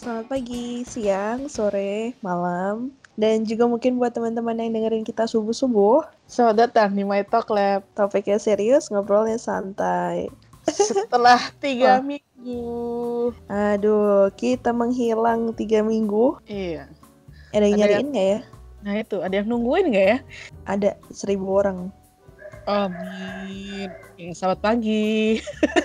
Selamat pagi, siang, sore, malam, dan juga mungkin buat teman-teman yang dengerin kita subuh-subuh. Selamat datang di My Talk Lab. Topiknya serius, ngobrolnya santai. Setelah 3 Wah. minggu. Aduh, kita menghilang 3 minggu. Iya. Ada yang nyariin nggak ya? Nah itu, ada yang nungguin nggak ya? Ada 1.000 orang. Amin. Selamat pagi.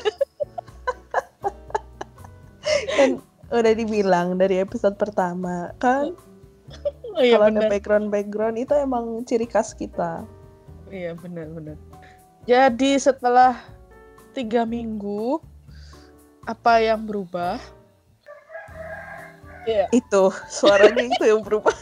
Kan udah dibilang dari episode pertama, kan? Oh iya Kalau ada benar. background itu emang ciri khas kita. Iya benar. Jadi setelah 3 minggu, apa yang berubah? Iya. Itu, suaranya itu yang berubah.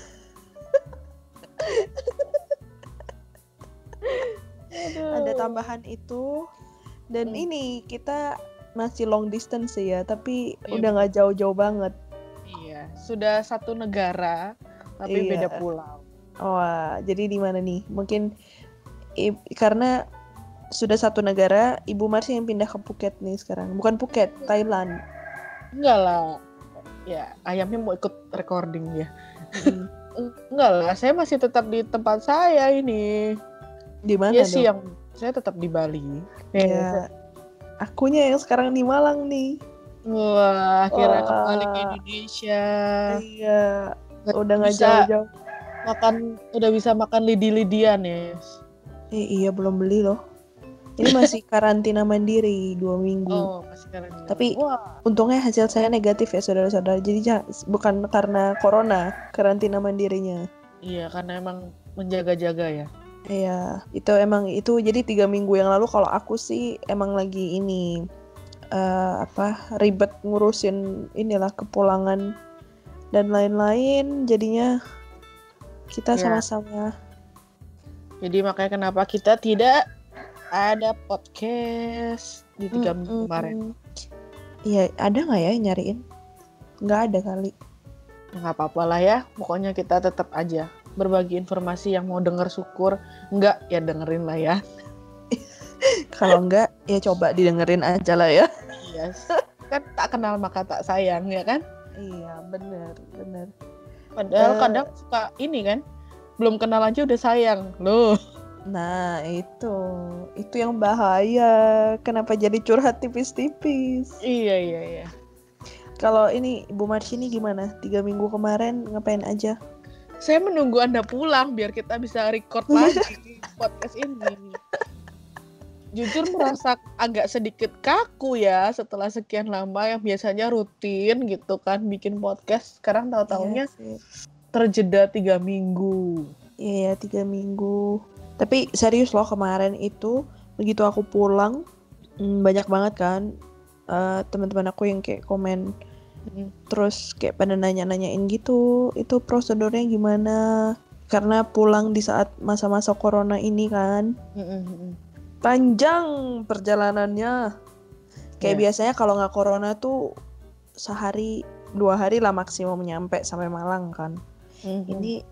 Ada tambahan itu. Dan ini kita masih long distance sih ya, tapi udah nggak jauh-jauh banget. Iya, sudah satu negara, tapi beda pulau. Wah, jadi di mana nih? Mungkin karena sudah satu negara, Ibu Marsi yang pindah ke Phuket nih sekarang. Bukan Phuket, Thailand. Enggak lah. Ya, ayamnya mau ikut recording ya. Enggak lah, saya masih tetap di tempat saya ini. Di mana ya dong? sih, yang saya tetap di Bali. Ya, akunya yang sekarang di Malang nih. Wah, akhirnya kembali ke Indonesia. Iya, udah nggak jauh-jauh. Udah bisa makan lidi-lidian ya. Iya, belum beli loh. Ini masih karantina mandiri 2 minggu. Oh, masih karantina. Tapi untungnya hasil saya negatif ya saudara-saudara. Jadi bukan karena corona karantina mandirinya. Iya, karena emang menjaga-jaga ya. Iya, itu jadi 3 minggu yang lalu kalau aku sih emang lagi ini ribet ngurusin inilah kepulangan dan lain-lain, jadinya kita sama-sama. Jadi makanya kenapa kita tidak ada podcast di 3 minggu kemarin. Iya, ada nggak ya yang nyariin? Nggak ada kali. Nggak apa-apa lah ya, pokoknya kita tetap aja berbagi informasi. Yang mau denger syukur, enggak ya dengerin lah ya. Kalau enggak ya coba didengerin aja lah ya. Yes. Kan tak kenal maka tak sayang ya kan? Iya, benar. Padahal kadang suka ini kan, belum kenal aja udah sayang loh. Nah itu yang bahaya. Kenapa jadi curhat tipis-tipis? Iya. Kalau ini Ibu Marsi ini gimana? 3 minggu kemarin ngapain aja? Saya menunggu Anda pulang biar kita bisa record lagi podcast ini. Jujur merasa agak sedikit kaku ya setelah sekian lama yang biasanya rutin gitu kan bikin podcast. Sekarang tahu-taunya terjeda 3 minggu. Iya, 3 minggu. Tapi serius loh, kemarin itu begitu aku pulang banyak banget kan teman-teman aku yang kayak komen. Terus kayak pada nanya-nanyain gitu, itu prosedurnya gimana? Karena pulang di saat masa-masa corona ini kan. Panjang perjalanannya. Kayak biasanya kalau nggak corona tuh sehari 2 hari lah maksimum nyampe sampai Malang kan. Ini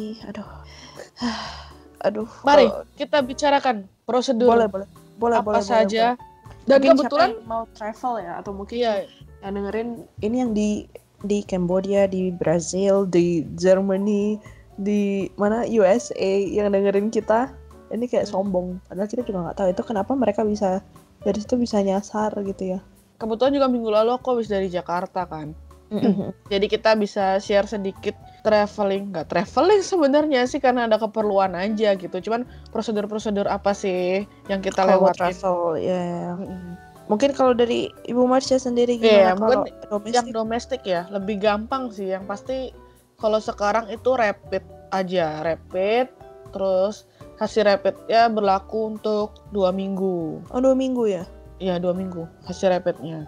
aduh. Mari kita bicarakan prosedur. Boleh apa saja. Dan mungkin kebetulan mau travel ya, atau mungkin yang dengerin ini yang di Cambodia, di Brazil, di Germany, di mana USA yang dengerin kita. Ini kayak sombong, padahal kita juga nggak tahu itu kenapa mereka bisa dari situ bisa nyasar gitu ya. Kebetulan juga minggu lalu aku habis dari Jakarta kan. Jadi kita bisa share sedikit nggak traveling sebenarnya sih, karena ada keperluan aja gitu. Cuman prosedur apa sih yang kita lewatin? Travel ya. Mungkin kalau dari Ibu Marsha sendiri gimana kalau domestik? Yang domestik ya lebih gampang sih. Yang pasti kalau sekarang itu rapid aja, terus hasil rapid ya berlaku untuk 2 minggu. Oh, 2 minggu ya? Iya, 2 minggu hasil rapidnya.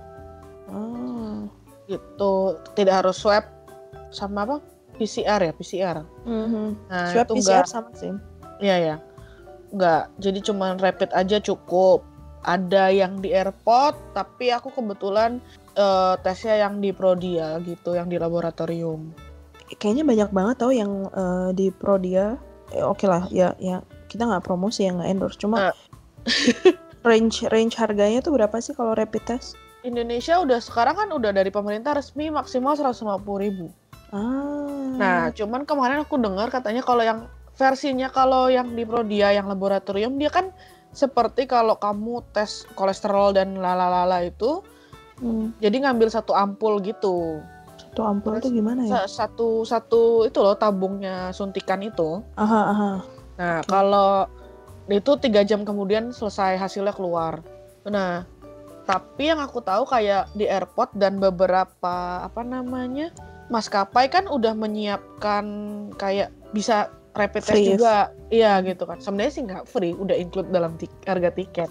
Gitu, tidak harus swab sama apa? PCR. Nah, swab itu PCR sama sih. Iya. Enggak, jadi cuma rapid aja cukup. Ada yang di airport, tapi aku kebetulan tesnya yang di Prodia gitu, yang di laboratorium. Kayaknya banyak banget tau yang di Prodia. Oke lah, ya kita nggak promosi, ya nggak endorse, cuma range harganya tuh berapa sih kalau rapid test? Indonesia udah sekarang kan udah dari pemerintah resmi maksimal 150.000. Nah, cuman kemarin aku dengar katanya kalau yang versinya kalau yang di Prodia yang laboratorium dia kan seperti kalau kamu tes kolesterol dan lalalala itu, jadi ngambil satu ampul gitu. Satu ampul itu gimana ya? Satu itu loh tabungnya suntikan itu. Aha. Nah, kalau itu 3 jam kemudian selesai hasilnya keluar. Nah, tapi yang aku tahu kayak di airport dan beberapa maskapai kan udah menyiapkan kayak bisa rapid test juga. Iya gitu kan. Sebenarnya sih nggak free, udah include dalam harga tiket.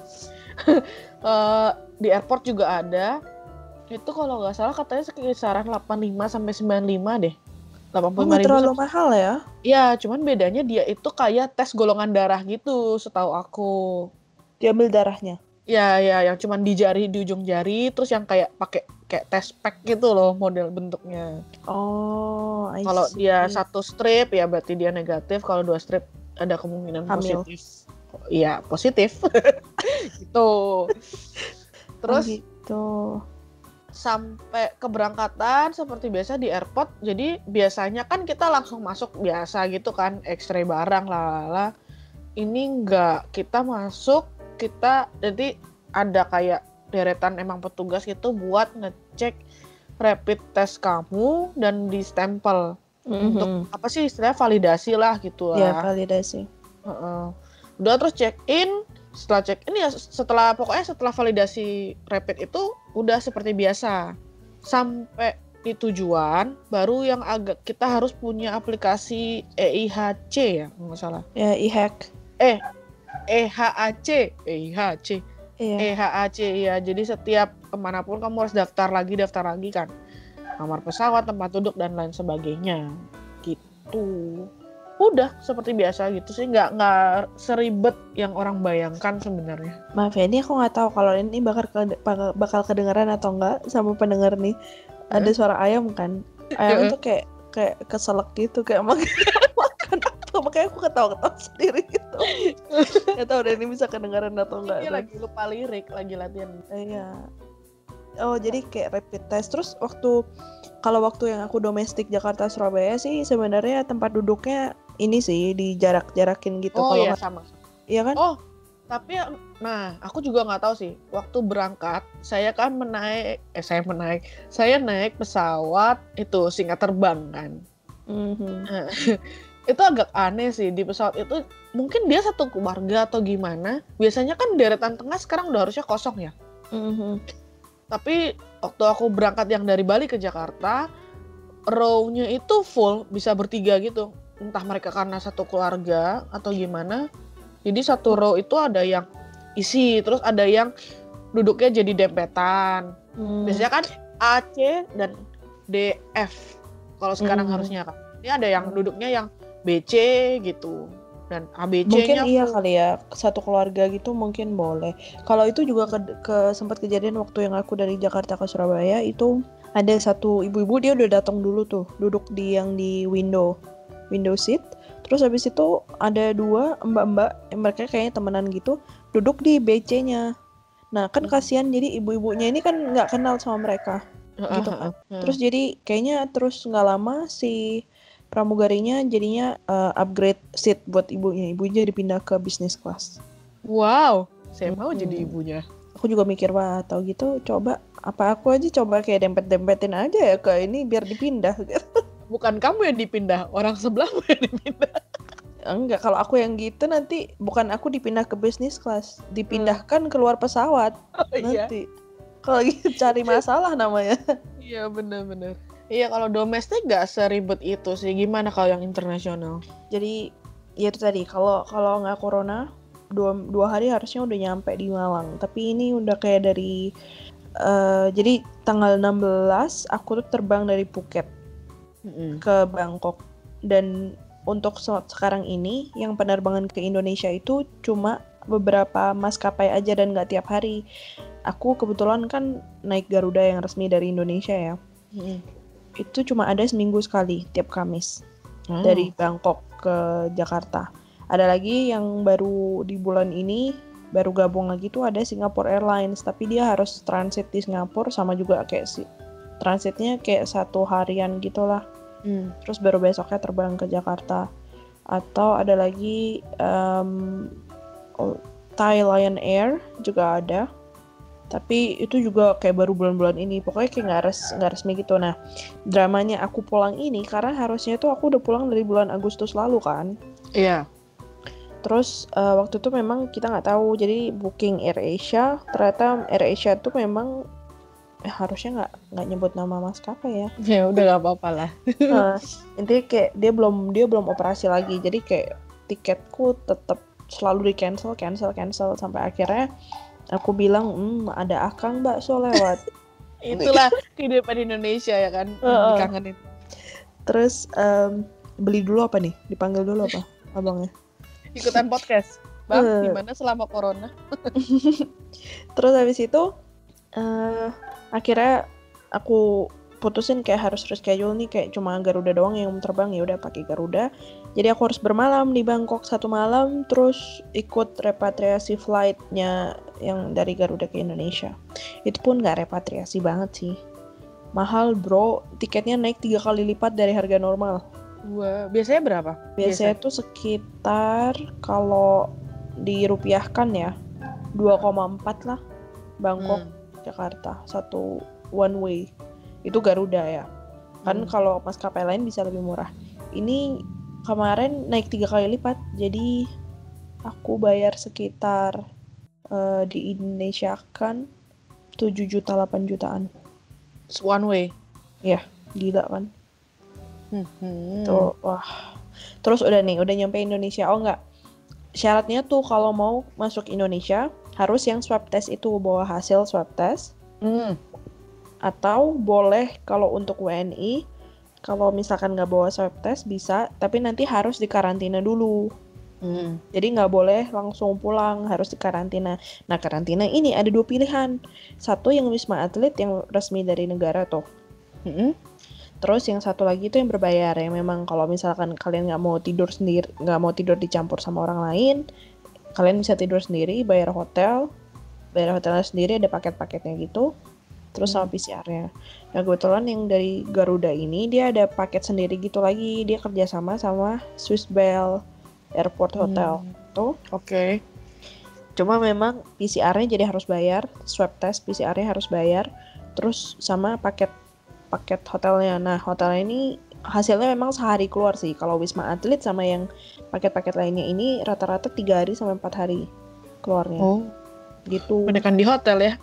Di airport juga ada. Itu kalau nggak salah katanya kisaran 85 sampai 95 deh. 85.000. Nggak terlalu mahal ya? Iya, cuman bedanya dia itu kayak tes golongan darah gitu, setahu aku. Diambil darahnya? Ya, yang cuman di ujung jari, terus yang kayak pakai kayak test pack gitu loh model bentuknya. Oh, I see. Kalau dia 1 strip ya berarti dia negatif, kalau 2 strip ada kemungkinan hamil. Positif. Iya, positif. Gitu. Terus gitu. Sampai keberangkatan seperti biasa di airport, jadi biasanya kan kita langsung masuk biasa gitu kan, X-ray barang lalala. Ini enggak, kita masuk, jadi ada kayak deretan emang petugas gitu buat ngecek rapid test kamu dan di stempel. Untuk apa sih istilahnya validasi lah gitu lah. Ya, validasi. Udah terus check in. Setelah check in ya setelah validasi rapid itu udah seperti biasa. Sampai di tujuan baru yang agak kita harus punya aplikasi EIHC ya, nggak salah. Ya, EHAC. EHAC. Iya. EHAC ya. Jadi setiap kemanapun kamu harus daftar lagi kan. Nomor pesawat, tempat duduk dan lain sebagainya. Gitu. Udah seperti biasa gitu sih, nggak seribet yang orang bayangkan sebenarnya. Maaf ya, ini aku nggak tahu kalau ini bakal kedengeran atau enggak sama pendengar nih. Ada suara ayam kan, ayam tuh kayak keselak gitu, kayak makan apa, makanya aku ketawa sendiri gitu. Nggak tahu deh ini bisa kedengeran atau enggak. Dia lagi lupa lirik, lagi latihan. Iya. Oh, jadi kayak rapid test. Terus kalau waktu yang aku domestik Jakarta Surabaya sih sebenarnya tempat duduknya ini sih dijarak-jarakin gitu. Oh iya, sama. Iya kan? Oh, tapi aku juga nggak tahu sih. Waktu berangkat saya naik pesawat itu singkat terbang kan. Itu agak aneh sih, di pesawat itu mungkin dia satu keluarga atau gimana. Biasanya kan deretan tengah sekarang udah harusnya kosong ya. Tapi waktu aku berangkat yang dari Bali ke Jakarta, row-nya itu full, bisa bertiga gitu. Entah mereka karena satu keluarga atau gimana. Jadi satu row itu ada yang isi, terus ada yang duduknya jadi dempetan. Biasanya kan A, C, dan D, F. Kalau sekarang harusnya kan. Ini ada yang duduknya yang B, C gitu. Dan ABC-nya mungkin iya kali ya, satu keluarga gitu mungkin boleh. Kalau itu juga sempat kejadian waktu yang aku dari Jakarta ke Surabaya, itu ada satu ibu-ibu, dia udah datang dulu tuh, duduk di window seat. Terus habis itu ada 2 mbak-mbak, mereka kayaknya temenan gitu, duduk di BC-nya. Nah kan kasihan, jadi ibu-ibunya ini kan nggak kenal sama mereka gitu kan. Terus jadi kayaknya terus nggak lama si pramugarinya jadinya upgrade seat buat ibunya dipindah ke business class. Wow, saya mau jadi ibunya. Aku juga mikir, wah atau gitu coba aku aja coba kayak dempet-dempetin aja ya ke ini biar dipindah. Bukan kamu yang dipindah, orang sebelahmu yang dipindah. Enggak, kalau aku yang gitu nanti bukan aku dipindah ke business class, dipindahkan keluar pesawat. Nanti. Kalau gitu cari masalah namanya. Iya, benar-benar. Iya, kalau domestik nggak seribet itu sih. Gimana kalau yang internasional? Jadi ya itu tadi, kalau nggak corona 2 hari harusnya udah nyampe di Malang. Tapi ini udah kayak dari jadi tanggal 16 aku tuh terbang dari Phuket ke Bangkok. Dan untuk sekarang ini yang penerbangan ke Indonesia itu cuma beberapa maskapai aja dan nggak tiap hari. Aku kebetulan kan naik Garuda yang resmi dari Indonesia ya. Itu cuma ada seminggu sekali tiap Kamis dari Bangkok ke Jakarta. Ada lagi yang baru di bulan ini baru gabung lagi tuh ada Singapore Airlines, tapi dia harus transit di Singapura, sama juga kayak transitnya kayak 1 harian gitulah. Terus baru besoknya terbang ke Jakarta. Atau ada lagi Thai Lion Air juga ada, tapi itu juga kayak baru bulan-bulan ini. Pokoknya kayak nggak resmi gitu. Nah, dramanya aku pulang ini karena harusnya tuh aku udah pulang dari bulan Agustus lalu kan. Iya. Terus waktu itu memang kita nggak tahu, jadi booking AirAsia, ternyata AirAsia tuh memang harusnya nggak nyebut nama maskapai ya. Ya udah nggak apa-apa lah. Intinya kayak dia belum operasi lagi, jadi kayak tiketku tetap selalu di cancel sampai akhirnya aku bilang ada akang bakso lewat. Itulah kehidupan Indonesia ya kan, dikangenin. Terus beli dulu apa nih? Dipanggil dulu apa abangnya? Ikutan podcast, Bang, gimana selama corona? Terus habis itu akhirnya aku putusin kayak harus reschedule nih, kayak cuma Garuda doang yang terbang, ya udah pakai Garuda. Jadi aku harus bermalam di Bangkok 1 malam, terus ikut repatriasi flightnya yang dari Garuda ke Indonesia. Itu pun nggak repatriasi banget sih, mahal bro, tiketnya naik 3 kali lipat dari harga normal. Wah, biasanya berapa? Biasanya tuh sekitar, kalau dirupiahkan ya, 2,4 lah. Bangkok Jakarta, 1 one way. Itu Garuda ya. Kan kalau maskapai lain bisa lebih murah. Ini kemarin naik 3 kali lipat. Jadi aku bayar sekitar di Indonesia kan 7 juta 8 jutaan. One way. Ya, gila kan. Tuh, wah. Terus udah nyampe Indonesia. Oh enggak, syaratnya tuh kalau mau masuk Indonesia harus yang swab test itu, bawa hasil swab test. Atau boleh kalau untuk WNI, kalau misalkan nggak bawa swab test bisa, tapi nanti harus dikarantina dulu. Jadi nggak boleh langsung pulang, harus dikarantina. Nah, karantina ini ada 2 pilihan. Satu yang Wisma Atlet yang resmi dari negara tuh. Terus yang satu lagi itu yang berbayar, yang memang kalau misalkan kalian nggak mau tidur sendiri, nggak mau tidur dicampur sama orang lain, kalian bisa tidur sendiri, bayar hotelnya sendiri, ada paket-paketnya gitu. Terus sama PCR-nya. Nah, kebetulan yang dari Garuda ini dia ada paket sendiri gitu lagi, dia kerjasama sama Swiss Bell Airport Hotel tuh. Oke. Cuma memang PCR-nya jadi harus bayar, swab test PCR-nya harus bayar, terus sama paket hotelnya. Nah, hotelnya ini hasilnya memang sehari keluar sih. Kalau Wisma Atlet sama yang paket-paket lainnya ini rata-rata 3 hari sampai 4 hari keluarnya. Oh, gitu. Beneran di hotel ya?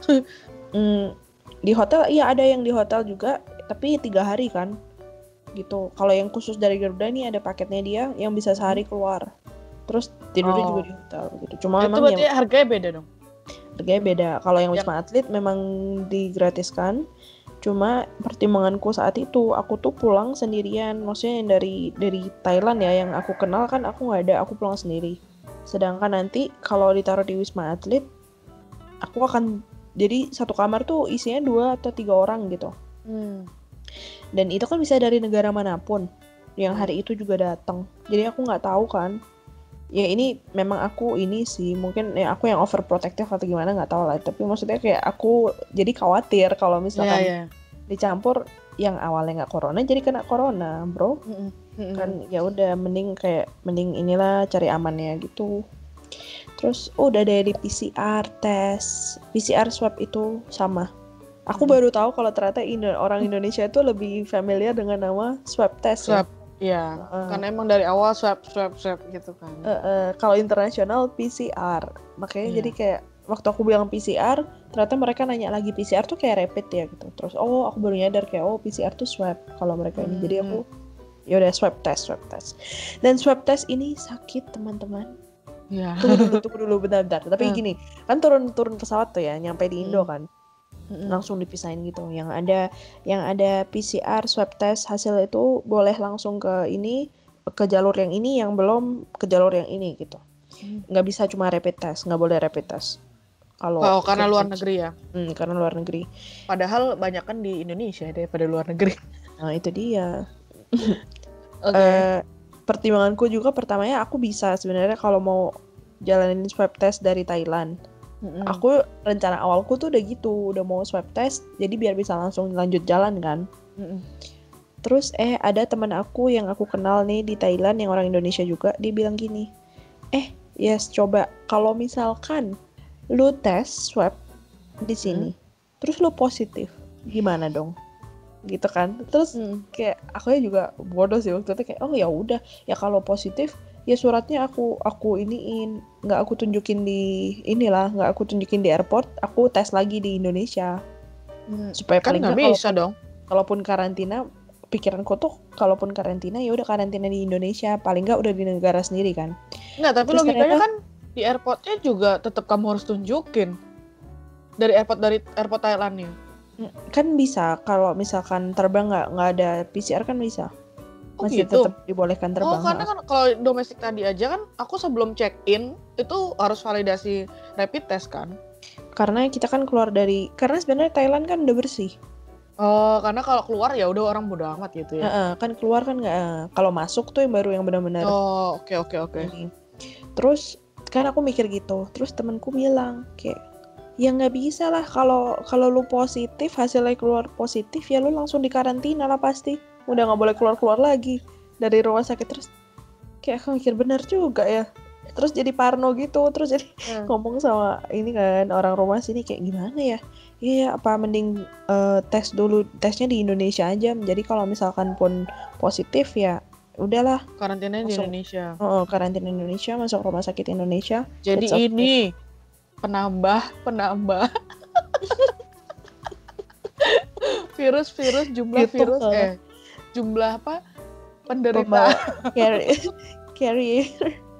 Di hotel, iya ada yang di hotel juga, tapi 3 hari kan. Gitu. Kalau yang khusus dari Garuda ini ada paketnya dia yang bisa sehari keluar. Terus tidurnya juga di hotel gitu. Cuma itu memang berarti harganya beda dong? Harganya beda. Kalau yang Wisma Atlet memang digratiskan. Cuma pertimbanganku saat itu, aku tuh pulang sendirian. Maksudnya yang dari Thailand ya, yang aku kenal kan aku nggak ada, aku pulang sendiri. Sedangkan nanti kalau ditaruh di Wisma Atlet, aku akan jadi satu kamar tuh isinya 2 atau 3 orang gitu. Dan itu kan bisa dari negara manapun yang hari itu juga datang. Jadi aku nggak tahu kan. Ya ini memang aku ini sih, mungkin ya aku yang overprotective atau gimana nggak tahu lah. Tapi maksudnya kayak aku jadi khawatir kalau misalkan dicampur yang awalnya nggak corona jadi kena corona, bro. Kan ya udah mending inilah cari amannya gitu. Terus udah dari PCR tes, PCR swab itu sama. Aku baru tahu kalau ternyata orang Indonesia itu lebih familiar dengan nama swab test. Swab, ya. Karena emang dari awal swab gitu kan. Kalau internasional PCR, makanya jadi kayak waktu aku bilang PCR, ternyata mereka nanya lagi PCR tuh kayak rapid ya gitu. Terus aku baru nyadar kayak PCR tuh swab kalau mereka ini. Jadi aku ya udah swab test. Dan swab test ini sakit teman-teman. Ya. Tunggu dulu bentar. Tapi gini, kan turun pesawat tuh ya, nyampe di Indo kan. Langsung dipisahin gitu. Yang ada PCR swab test hasil itu boleh langsung ke jalur yang ini, yang belum ke jalur yang ini gitu. Nggak bisa cuma rapid test, nggak boleh rapid test. Kalau karena luar negeri ya. Karena luar negeri. Padahal banyak kan di Indonesia daripada luar negeri. Nah itu dia. Okay. Pertimbanganku juga pertamanya aku bisa sebenarnya kalau mau jalanin swab test dari Thailand. Aku rencana awalku tuh udah gitu, udah mau swab test, jadi biar bisa langsung lanjut jalan kan. Terus ada teman aku yang aku kenal nih di Thailand yang orang Indonesia juga, dia bilang gini, yes coba kalau misalkan lu tes swab di sini, terus lu positif, gimana dong? Gitu kan. Terus kayak aku juga bodoh sih waktu itu, kayak oh ya udah, ya kalau positif ya suratnya aku iniin, nggak aku tunjukin di nggak aku tunjukin di airport, aku tes lagi di Indonesia supaya Kan paling nggak bisa dong. kalaupun karantina, pikiranku tuh kalaupun karantina ya udah karantina di Indonesia, paling nggak udah di negara sendiri kan. Nggak, tapi Terus logikanya ternyata, kan di airportnya juga tetap kamu harus tunjukin dari airport Thailandnya. kan bisa kalau misalkan terbang nggak ada PCR kan bisa. Oh Masih gitu? tetap dibolehkan terbang. Oh karena kan kalau domestik tadi aja kan aku sebelum check in itu harus validasi rapid test kan. Karena kita kan karena sebenarnya Thailand kan udah bersih. Oh karena kalau keluar ya udah orang bodo amat gitu ya. Kan keluar kan nggak, kalau masuk tuh yang baru yang benar-benar. Oh oke. Ini. Terus kan aku mikir gitu, terus temanku bilang kayak ya nggak bisa lah, kalau lu positif, hasilnya keluar positif ya lu langsung dikarantina lah pasti, udah nggak boleh keluar lagi dari rumah sakit. Terus kayak aku mikir benar juga ya, terus jadi parno gitu, terus jadi ngomong sama ini kan orang rumah sini kayak gimana ya, iya apa mending tesnya di Indonesia aja, jadi kalau misalkan pun positif ya udahlah karantina di Indonesia. Karantina Indonesia, masuk rumah sakit Indonesia. Jadi ini penambah virus jumlah gitu, virus jumlah apa penderita carrier.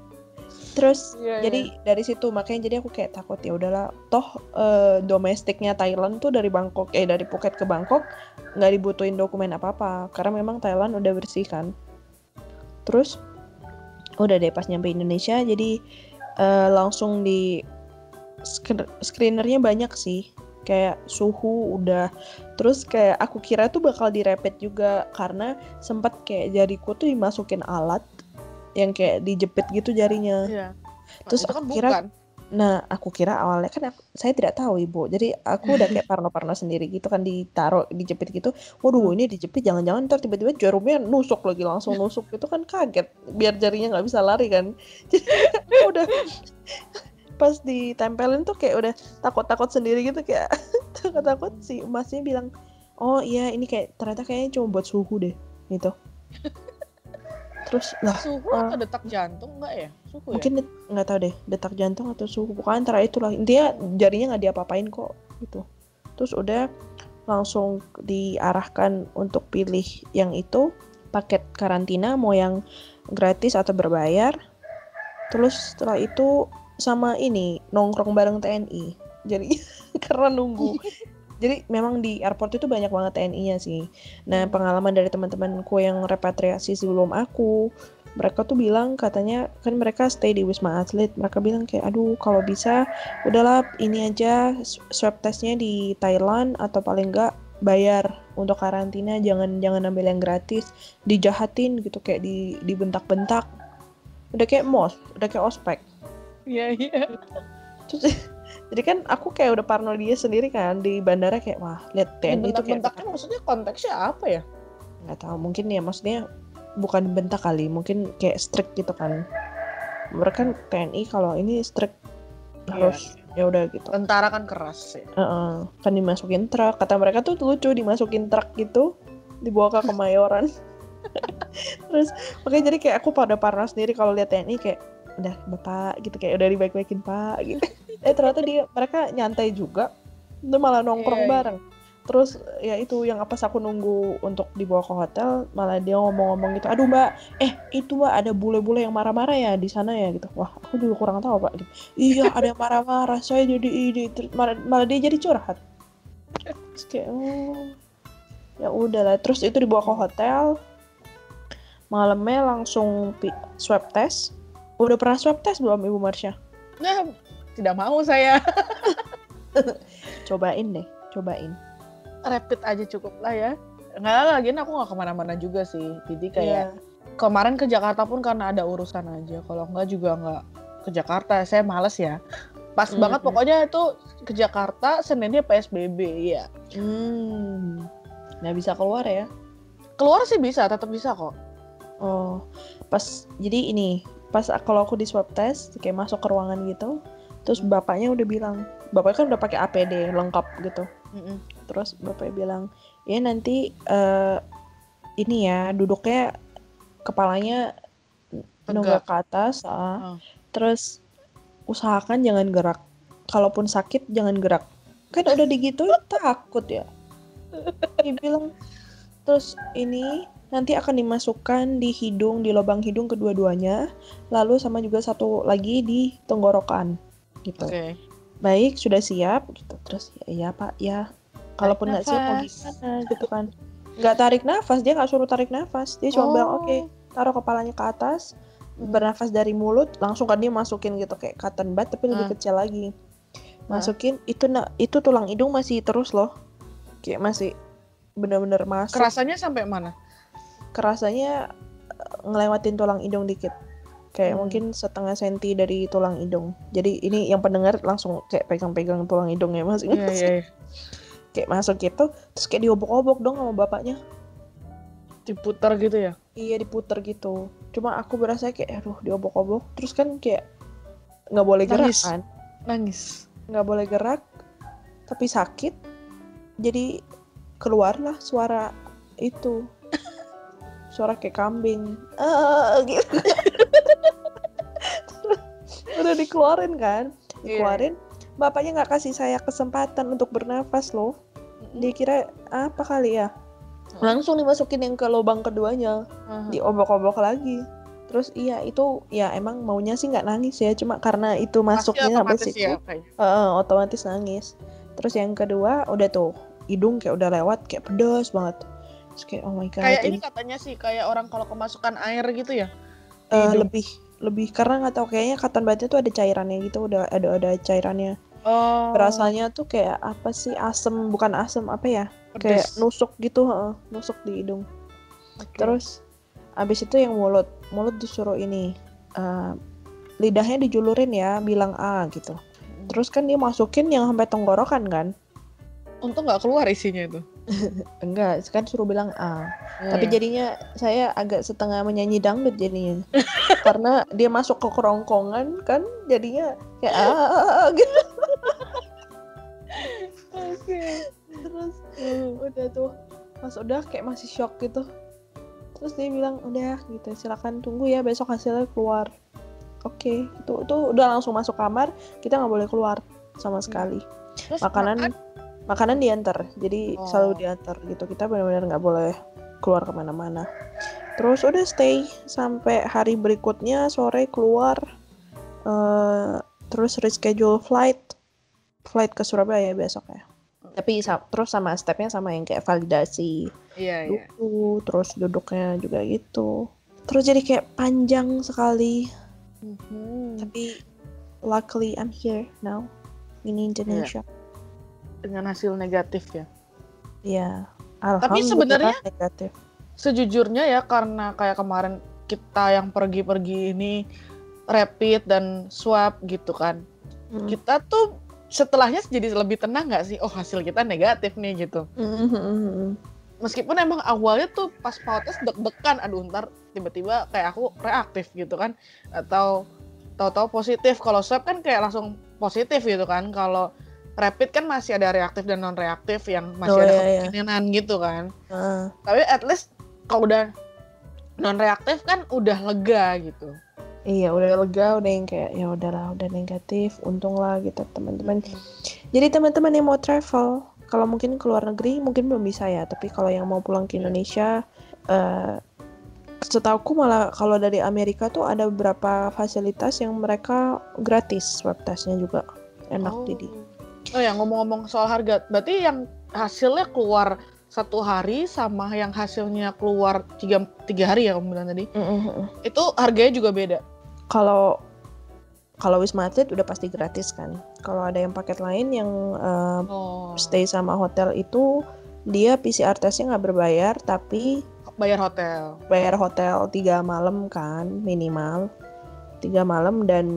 Terus jadi dari situ makanya jadi aku kayak takut, ya udahlah toh domestiknya Thailand tuh dari Phuket ke Bangkok nggak dibutuhin dokumen apa-apa karena memang Thailand udah bersih kan. Terus udah deh pas nyampe Indonesia jadi langsung di screenernya banyak sih, kayak suhu udah, terus kayak aku kira tuh bakal di rapid juga karena sempat kayak jariku tuh dimasukin alat yang kayak dijepit gitu jarinya. Terus aku kira aku kira awalnya kan saya tidak tahu ibu, jadi aku udah kayak parno sendiri gitu kan, dijepit gitu, waduh ini dijepit jangan-jangan ntar tiba-tiba jarumnya langsung nusuk gitu kan, kaget biar jarinya nggak bisa lari kan. Jadi aku udah pas ditempelin tuh kayak udah takut sendiri gitu, kayak takut si emasnya bilang oh iya ini ternyata kayaknya cuma buat suhu deh gitu. Terus suhu atau detak jantung nggak ya? Suhu mungkin nggak tahu deh, detak jantung atau suhu, pokoknya antara itulah, intinya jarinya nggak diapa-apain kok gitu. Terus udah langsung diarahkan untuk pilih yang itu paket karantina, mau yang gratis atau berbayar. Terus setelah itu sama ini nongkrong bareng TNI, jadi karena nunggu. Jadi memang di airport itu banyak banget TNI-nya sih. Nah pengalaman dari teman-temanku yang repatriasi sebelum aku, mereka tuh bilang katanya kan mereka stay di Wisma Atlet, mereka bilang kayak aduh kalau bisa udahlah ini aja swab testnya di Thailand atau paling enggak bayar untuk karantina, jangan ambil yang gratis, dijahatin gitu, kayak dibentak-bentak, udah kayak udah kayak ospek. Iya. Terus jadi kan aku kayak udah parno dia sendiri kan di bandara, kayak wah lihat TNI itu kayak bentak-bentaknya maksudnya konteksnya apa ya? Nggak tahu, mungkin ya maksudnya bukan bentak kali, mungkin kayak strict gitu kan. Mereka kan TNI kalau ini strict harus ya udah gitu. Tentara kan keras ya. Kan dimasukin truk, kata mereka tuh lucu, dimasukin truk gitu dibawa ke Kemayoran. Terus makanya jadi kayak aku pada parno sendiri kalau lihat TNI, kayak udah bapak gitu, kayak udah dibaik-baikin pak gitu. Ternyata mereka nyantai juga, itu malah nongkrong bareng. Terus ya itu yang pas aku nunggu untuk dibawa ke hotel, malah dia ngomong-ngomong gitu, aduh mbak, itu mbak ada bule-bule yang marah-marah ya di sana ya gitu. Wah aku juga kurang tahu pak gitu. Iya ada yang marah-marah, saya jadi ini, malah dia jadi curhat. Terus kayak ya udahlah. Terus itu dibawa ke hotel, malamnya langsung swab test. Udah pernah swab test belum Ibu Marsha? Nah, tidak mau saya. Cobain. Rapid aja cukup lah ya. Nggak, lagian aku nggak kemana-mana juga sih. Jadi kayak kemarin ke Jakarta pun karena ada urusan aja. Kalau nggak juga ke Jakarta. Saya males ya. Pas banget pokoknya itu ke Jakarta, Seninnya PSBB ya. Nggak bisa keluar ya? Keluar sih bisa, tetap bisa kok. Oh, jadi ini, pas kalau aku di swab test, kayak masuk ke ruangan gitu, terus bapaknya udah bilang, bapaknya kan udah pakai APD lengkap gitu. Terus bapaknya bilang, ya nanti ini ya duduknya kepalanya nunggak ke atas, terus usahakan jangan gerak. Kalaupun sakit jangan gerak. Kan udah digituin takut ya. Dia bilang, terus ini nanti akan dimasukkan di hidung, di lubang hidung kedua-duanya, lalu sama juga satu lagi di tenggorokan gitu. Baik, sudah siap gitu. Terus ya Pak, ya kalaupun nggak siap mau gimana gitu kan. Nggak tarik nafas, dia nggak suruh tarik nafas, dia cuma bilang oke, taruh kepalanya ke atas, bernafas dari mulut, langsung kan dia masukin gitu kayak cotton bud tapi lebih kecil lagi. Masukin itu tulang hidung masih terus loh, kayak masih benar-benar masuk. Kerasanya sampai mana? Kerasanya ngelewatin tulang hidung dikit, kayak mungkin setengah senti dari tulang hidung. Jadi ini yang pendengar langsung kayak pegang-pegang tulang hidungnya masing-masing. Kayak masuk gitu, terus kayak diobok-obok dong sama bapaknya. Diputar gitu ya? Iya, diputar gitu. Cuma aku berasa kayak aduh diobok-obok, terus kan kayak nggak boleh gerak kan? Nangis. Nggak boleh gerak, tapi sakit. Jadi keluarlah suara itu. Suara kayak kambing. Gitu. Udah dikeluarin kan? Dikeluarin. Bapaknya nggak kasih saya kesempatan untuk bernafas loh. Dia kira apa kali ya? Langsung dimasukin yang ke lubang keduanya. Diobok-obok lagi. Terus itu ya emang maunya sih nggak nangis ya. Cuma karena itu masuknya sampai situ. Otomatis nangis. Terus yang kedua udah tuh. Hidung kayak udah lewat. Kayak pedas banget. Terus kayak oh my god. Kayak ini katanya sih. Kayak orang kalau kemasukan air gitu ya. Lebih karena nggak tahu kayaknya cotton budnya tuh ada cairannya gitu. Udah ada cairannya. Rasanya tuh kayak apa sih, asem, bukan asem, apa ya, kayak nusuk gitu, nusuk di hidung. Terus abis itu yang mulut disuruh ini, lidahnya dijulurin ya, bilang A gitu. Terus kan dia masukin yang sampai tenggorokan kan. Untung nggak keluar isinya itu. Enggak, kan suruh bilang A. Tapi jadinya saya agak setengah menyanyi dangdut jadinya. Karena dia masuk ke kerongkongan kan, jadinya kayak gitu. Terus udah tuh, pas udah kayak masih shock gitu. Terus dia bilang udah gitu, silakan tunggu ya besok hasilnya keluar. Oke, itu udah langsung masuk kamar, kita nggak boleh keluar sama sekali. Terus makanan diantar, jadi selalu diantar gitu. Kita benar-benar nggak boleh keluar kemana-mana. Terus udah stay sampai hari berikutnya sore keluar. Terus reschedule flight ke Surabaya besok ya. Tapi terus sama stepnya sama yang kayak validasi dulu, terus duduknya juga gitu. Terus jadi kayak panjang sekali. Tapi luckily I'm here now in Indonesia. Dengan hasil negatif ya. Iya. Tapi sebenarnya negatif. Sejujurnya ya, karena kayak kemarin kita yang pergi-pergi ini rapid dan swab gitu kan. Kita tuh setelahnya jadi lebih tenang nggak sih? Oh, hasil kita negatif nih gitu. Meskipun emang awalnya tuh pas mau tes deg-degan, aduh ntar tiba-tiba kayak aku reaktif gitu kan, atau tahu-tahu positif. Kalau swab kan kayak langsung positif gitu kan. Kalau rapid kan masih ada reaktif dan non reaktif yang masih ada kemungkinan gitu kan. Tapi at least kalau udah non reaktif kan udah lega gitu. Iya, udah lega, udah yang kayak ya udahlah, udah negatif, untunglah gitu teman-teman. Jadi teman-teman yang mau travel, kalau mungkin ke luar negeri mungkin belum bisa ya, tapi kalau yang mau pulang ke Indonesia, setauku malah kalau dari Amerika tuh ada beberapa fasilitas yang mereka gratis swab testnya juga, enak jadi. Oh ya, ngomong-ngomong soal harga, berarti yang hasilnya keluar 1 hari sama yang hasilnya keluar 3 hari ya kamu bilang tadi, itu harganya juga beda? Kalau Wisma Atlet udah pasti gratis kan. Kalau ada yang paket lain yang stay sama hotel itu, dia PCR testnya nggak berbayar, tapi bayar hotel 3 malam kan, minimal 3 malam, dan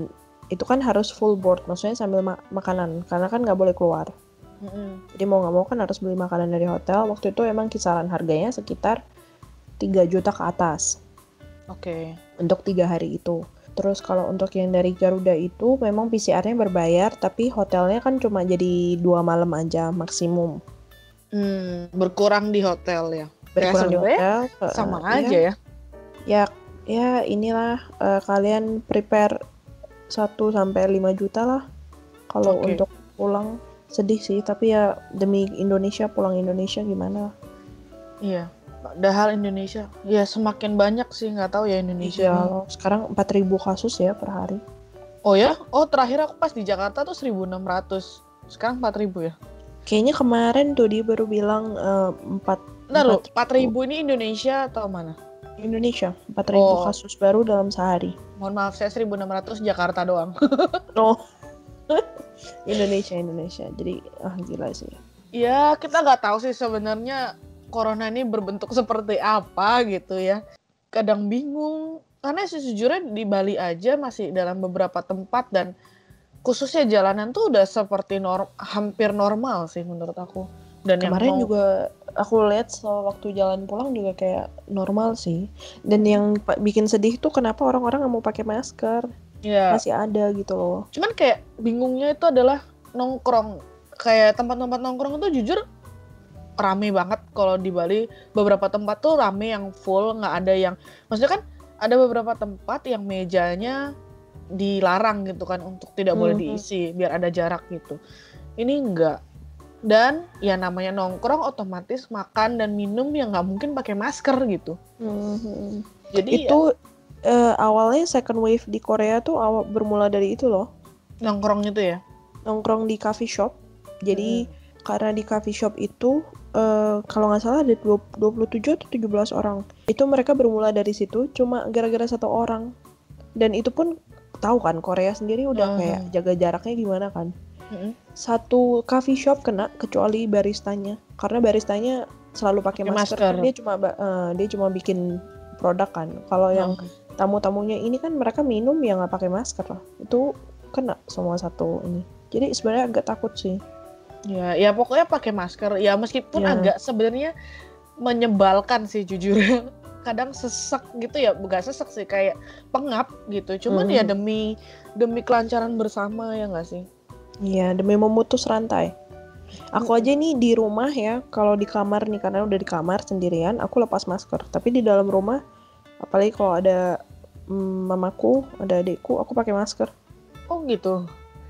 itu kan harus full board, maksudnya sambil makanan, karena kan nggak boleh keluar. Jadi mau nggak mau kan harus beli makanan dari hotel. Waktu itu emang kisaran harganya sekitar 3 juta ke atas. Oke. Untuk 3 hari itu. Terus kalau untuk yang dari Garuda itu memang PCR-nya berbayar, tapi hotelnya kan cuma jadi 2 malam aja maksimum. Berkurang di hotel ya. Berkurang di hotel. Sama aja ya. Ya inilah kalian prepare 1-5 juta lah. Kalau untuk pulang sedih sih, tapi ya demi Indonesia, pulang Indonesia gimana? Iya. Padahal Indonesia ya semakin banyak sih, nggak tahu ya Indonesia. Iya, sekarang 4.000 kasus ya per hari. Oh ya? Oh, terakhir aku pas di Jakarta tuh 1.600. Sekarang 4.000 ya? Kayaknya kemarin tuh dia baru bilang 4.000 ini Indonesia atau mana? Indonesia, 4.000 kasus baru dalam sehari. Mohon maaf, saya 1.600 Jakarta doang. Oh. Indonesia. Jadi gila sih. Ya, kita nggak tahu sih sebenarnya corona ini berbentuk seperti apa gitu ya. Kadang bingung, karena sejujurnya di Bali aja masih dalam beberapa tempat dan khususnya jalanan tuh udah seperti hampir normal sih menurut aku. Dan kemarin juga aku lihat waktu jalan pulang juga kayak normal sih. Dan yang bikin sedih tuh kenapa orang-orang nggak mau pakai masker. Ya. Masih ada gitu loh. Cuman kayak bingungnya itu adalah nongkrong. Kayak tempat-tempat nongkrong itu jujur rame banget kalau di Bali. Beberapa tempat tuh rame yang full, nggak ada yang, maksudnya kan ada beberapa tempat yang mejanya dilarang gitu kan untuk tidak boleh diisi biar ada jarak gitu. Ini enggak. Dan ya namanya nongkrong otomatis makan dan minum yang nggak mungkin pakai masker gitu. Jadi itu awalnya second wave di Korea tuh bermula dari itu loh. Nongkrong itu ya? Nongkrong di coffee shop. Jadi karena di coffee shop itu kalau nggak salah ada 27 atau 17 orang. Itu mereka bermula dari situ cuma gara-gara 1 orang. Dan itu pun tahu kan Korea sendiri udah kayak jaga jaraknya gimana kan. Satu coffee shop kena kecuali baristanya. Karena baristanya selalu pakai masker. Dia cuma bikin produk kan. Kalau yang tamu-tamunya ini kan mereka minum ya nggak pakai masker lah. Itu kena semua satu ini. Jadi sebenarnya agak takut sih. Ya pokoknya pakai masker. Ya meskipun agak sebenarnya menyebalkan sih jujur. Kadang sesek gitu ya, bukan sesek sih, kayak pengap gitu. Cuman ya demi kelancaran bersama ya nggak sih? Iya, demi memutus rantai. Aku aja nih di rumah ya, kalau di kamar nih karena udah di kamar sendirian, aku lepas masker. Tapi di dalam rumah, apalagi kalau ada mamaku, ada adikku, aku pakai masker. Oh gitu.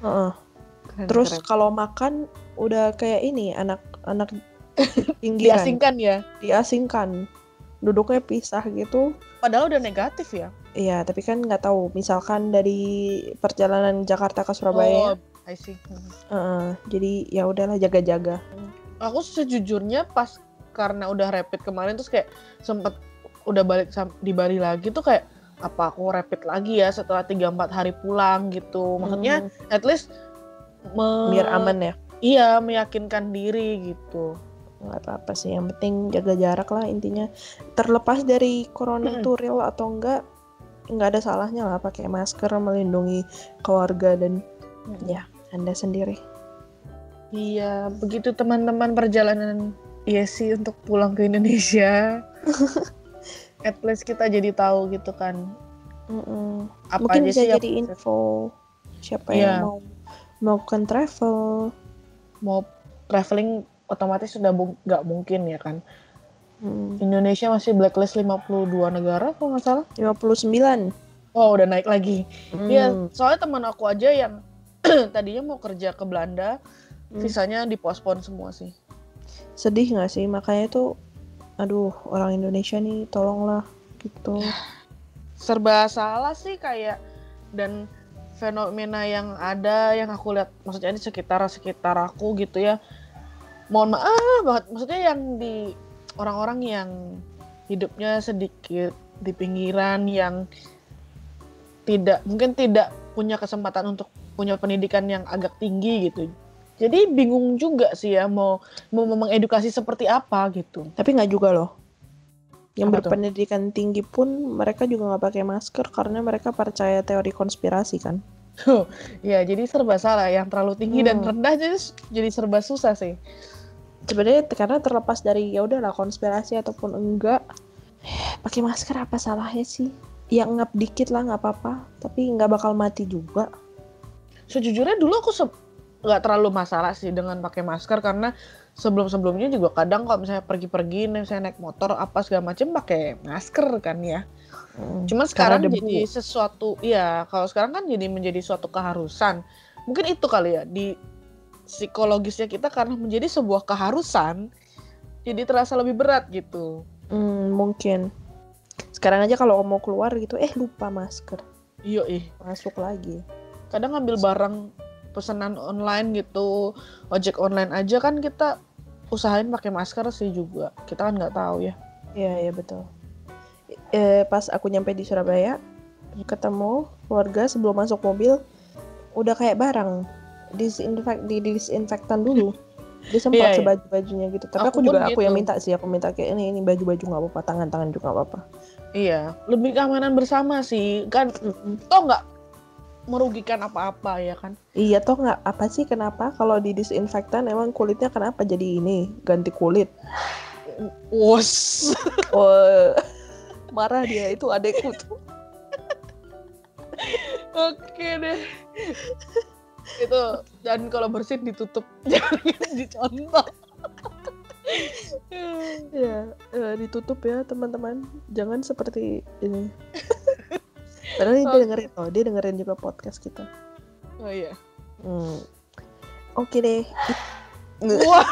Terus kalau makan udah kayak ini anak pinggiran. Diasingkan. Duduknya pisah gitu. Padahal udah negatif ya. Iya, tapi kan nggak tahu. Misalkan dari perjalanan Jakarta ke Surabaya. I see. Jadi ya udahlah jaga-jaga. Aku sejujurnya pas karena udah rapid kemarin terus kayak sempet udah balik di Bali lagi tuh kayak apa aku rapid lagi ya setelah 3-4 hari pulang gitu. Maksudnya at least biar aman ya. Iya, meyakinkan diri gitu. Nggak apa-apa sih, yang penting jaga jarak lah intinya. Terlepas dari corona itu real atau enggak ada salahnya lah pakai masker melindungi keluarga dan ya Anda sendiri. Iya, begitu teman-teman perjalanan Yesi untuk pulang ke Indonesia. At least kita jadi tahu gitu kan. Apa mungkin aja bisa jadi info siapa yang mau melakukan travel. Mau traveling otomatis sudah nggak mungkin ya kan. Indonesia masih blacklist 52 negara kalau nggak salah. 59. Oh, udah naik lagi. Iya, soalnya teman aku aja yang tadinya mau kerja ke Belanda, visanya dipospon semua sih. Sedih nggak sih? Makanya tuh, aduh, orang Indonesia nih tolonglah gitu. Serba salah sih kayak, dan fenomena yang ada yang aku lihat, maksudnya di sekitar aku gitu ya. Mohon maaf banget, maksudnya yang di orang-orang yang hidupnya sedikit di pinggiran, yang mungkin tidak punya kesempatan untuk punya pendidikan yang agak tinggi gitu. Jadi bingung juga sih ya mau mengedukasi seperti apa gitu. Tapi nggak juga loh. Yang berpendidikan tinggi pun mereka juga nggak pakai masker karena mereka percaya teori konspirasi kan. Ya, jadi serba salah. Yang terlalu tinggi dan rendah jadi serba susah sih. Sebenarnya karena terlepas dari ya udahlah konspirasi ataupun enggak, pakai masker apa salahnya sih? Ya ngap dikit lah nggak apa-apa, tapi nggak bakal mati juga. Sejujurnya dulu aku nggak terlalu masalah sih dengan pakai masker, karena sebelum-sebelumnya juga kadang kalau misalnya pergi-pergi, misalnya naik motor apa segala macam pakai masker kan ya. Cuma sekarang jadi sesuatu, ya kalau sekarang kan jadi menjadi suatu keharusan. Mungkin itu kali ya, di psikologisnya kita karena menjadi sebuah keharusan, jadi terasa lebih berat gitu. Mungkin. Sekarang aja kalau mau keluar gitu, lupa masker. Iya, masuk lagi. Kadang ngambil barang pesanan online gitu, ojek online aja kan kita usahain pakai masker sih juga. Kita kan nggak tahu ya. Iya betul. Pas aku nyampe di Surabaya, ketemu keluarga sebelum masuk mobil, udah kayak barang disinfektan dulu. Dia sempat sebaju-bajunya gitu. Tapi aku yang minta sih, aku minta kayak ini baju-baju nggak apa-apa, tangan-tangan juga nggak apa-apa. Iya, lebih keamanan bersama sih kan. Toh nggak merugikan apa-apa ya kan. Iya, toh nggak apa sih, kenapa kalau di disinfektan emang kulitnya kenapa jadi ini ganti kulit? Wos. Marah dia, itu adekku tuh. Oke deh. Itu, dan kalau bersin ditutup, jangan dicontoh. Ya, ditutup ya teman-teman, jangan seperti ini. Padahal dia dengerin juga podcast kita. Oh iya. Oke deh. Wah.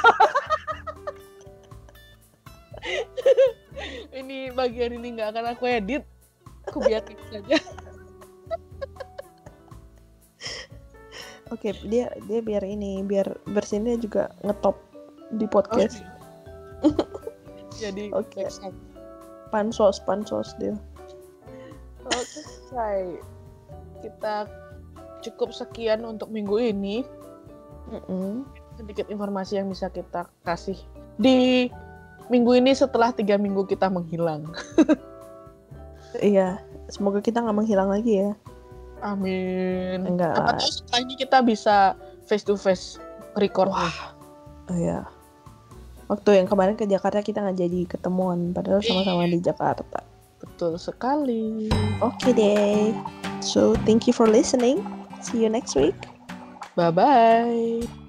Ini bagian ini nggak akan aku edit, aku biarin saja. Oke, dia biar bersinnya juga ngetop di podcast. Jadi pansos dia. Oke, kita cukup sekian untuk minggu ini. Sedikit informasi yang bisa kita kasih di minggu ini setelah 3 minggu kita menghilang. Iya, semoga kita nggak menghilang lagi ya. Amin. Enggak. Apa tahu setelah ini kita bisa face to face record. Wah. Oh ya. Waktu yang kemarin ke Jakarta kita nggak jadi ketemuan, padahal sama-sama di Jakarta. Betul sekali. Oke deh. So, thank you for listening. See you next week. Bye-bye.